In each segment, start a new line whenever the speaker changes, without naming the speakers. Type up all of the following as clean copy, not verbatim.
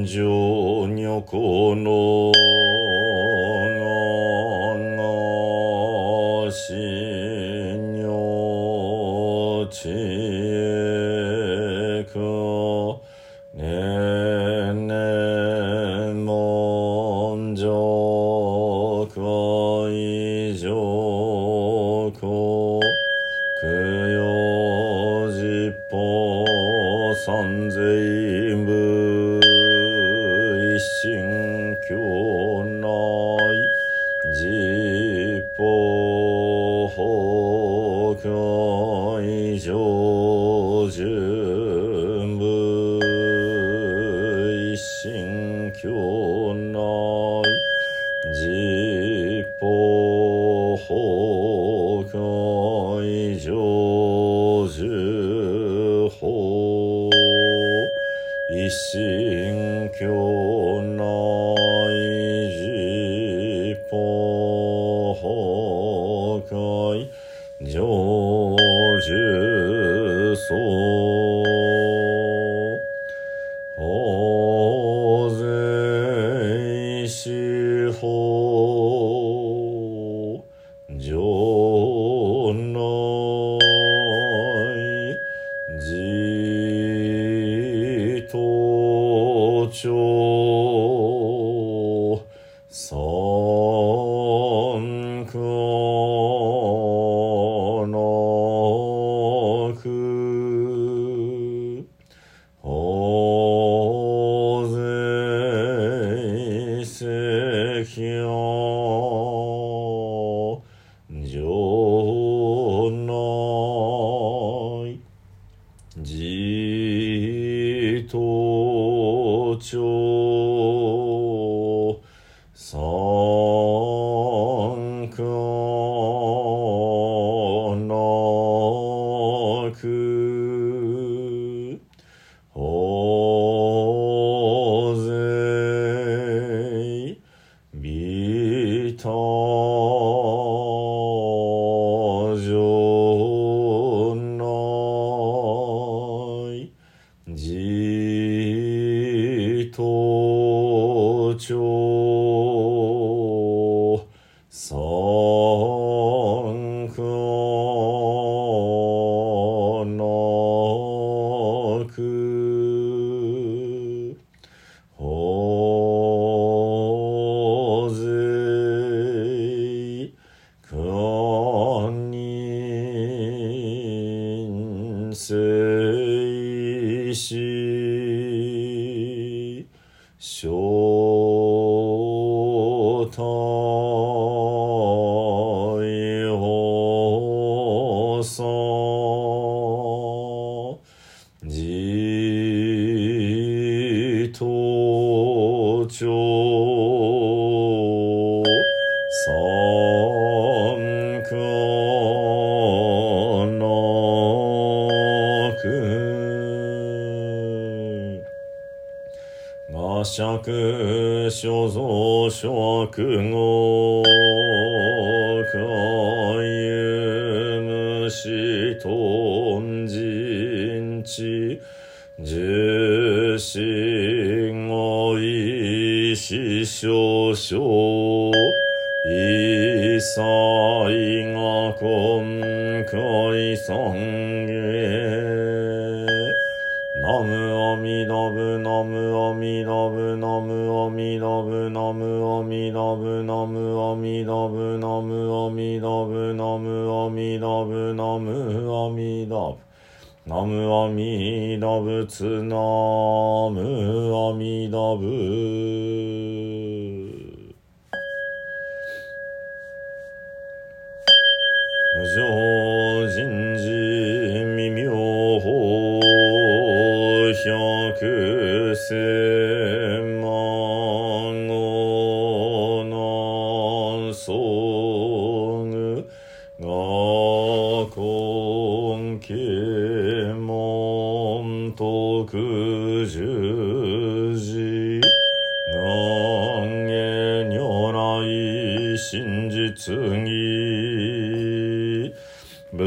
上女子のし女知恵くねね文上海上公供養実法三世部一心教内実法法教以上順部一心教内実法法教以上順法一心教内実法法教上順相法税司法上内自東町三苦の苦法税石を上内自東町三苦の苦法税ビタ上内自東町三苦の苦法税官人生死正体法さ自東町三苦の苦我釈所蔵諸悪語海有無視頓人知十心語意思少々一切が根海三芸ナムアミダブナムアミダブナムアミダブナムアミダブナムアミダブナムアミダブナムアミダブナムアミダブナムアミダブツナムアミダブ無常人事未妙法百千万語難遭遇我根啓門徳十字願下如来真実義仏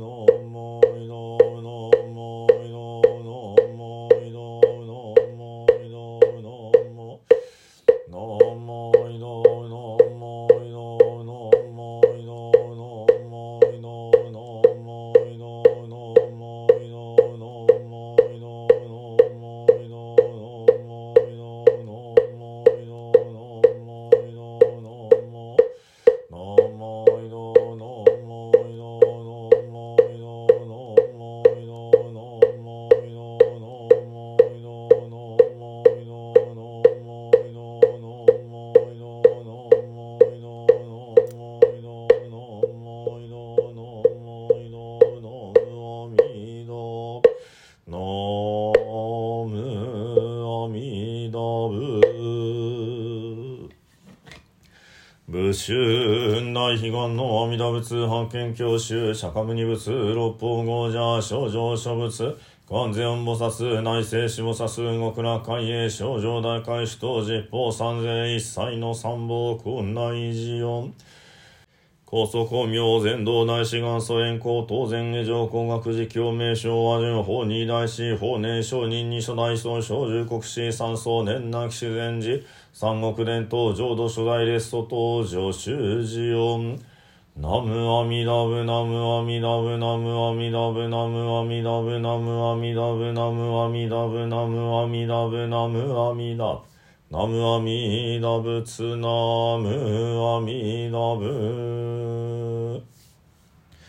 武州大悲願の阿弥陀仏発見教習釈迦牟尼仏六方豪者正常諸仏観世音菩薩内聖子菩薩極楽海英正常大海主等十方三世一切の三宝困難寺音高祖光明全道大志願祖円光当然下上工学寺教名称和順法二大師法年上人二初大宗小十国師三宗年なき自然寺三国伝統浄土初代列祖登場修寺音ナムアミダブナムアミダブナムアミダブナムアミダブナムアミダブナムアミダブナムアミダブナムアミダブナムアミダ仏ナムアミダブ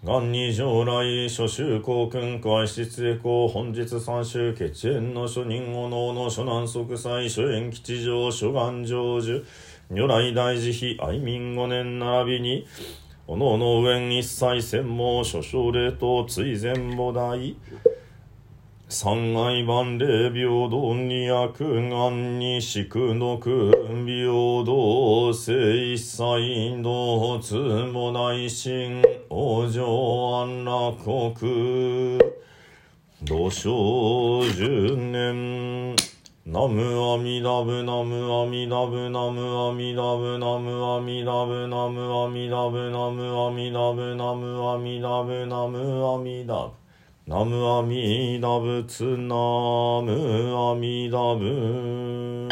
元に将来諸州公君会室へ公本日三州血縁の諸人お能の諸南息災諸縁吉祥諸願成就如来大慈悲愛民5年並びにおのの上一切専門諸奨礼等追善母大三愛万礼平等に悪願に宿毒平等性一切同通も内心往生安楽国土生十年ナムアミダブナムアミダブナムアミダブナムアミダブナムアミダブナムアミダブナムアミダブナムアミダブナムアミダブツナムアミダブ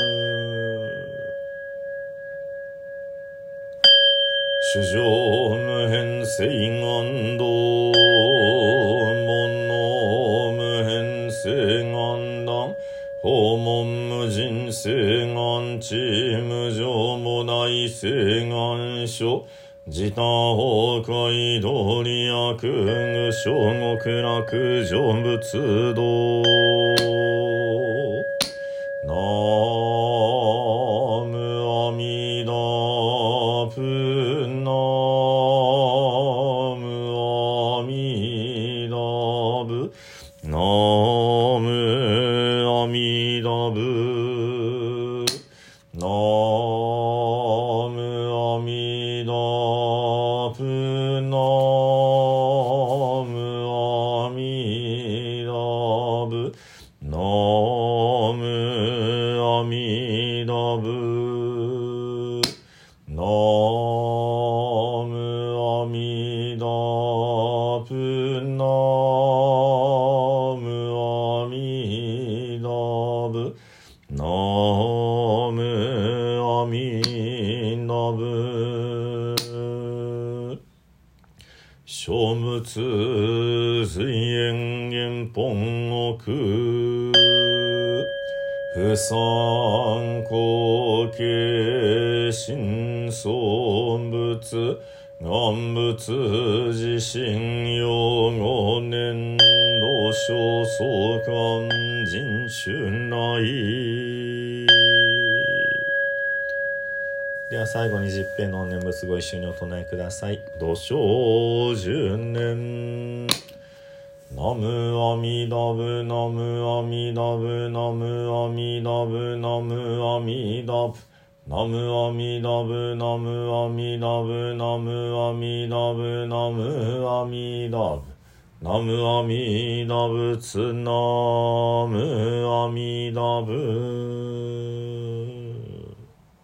主上無変性願道門の無変性願断訪問無人性願地無常もない性願書自他崩壊道理悪具小極楽成仏道ナムアミダプナムアミダブナムアミダブナムアミダプナムアミダブナムアミダブナムアミダプナムアミダブナムアミダブ書物随縁元本奥不参考形心存物願物自身用5年度小相関人春来では最後に十平の念仏ご一緒にお唱えください。土生十年ナムアミダブナムアミダブナムアミダブナムアミダブナムアミダブナムアミダブナムアミダブナムアミダブナムアミダブツナムアミダブ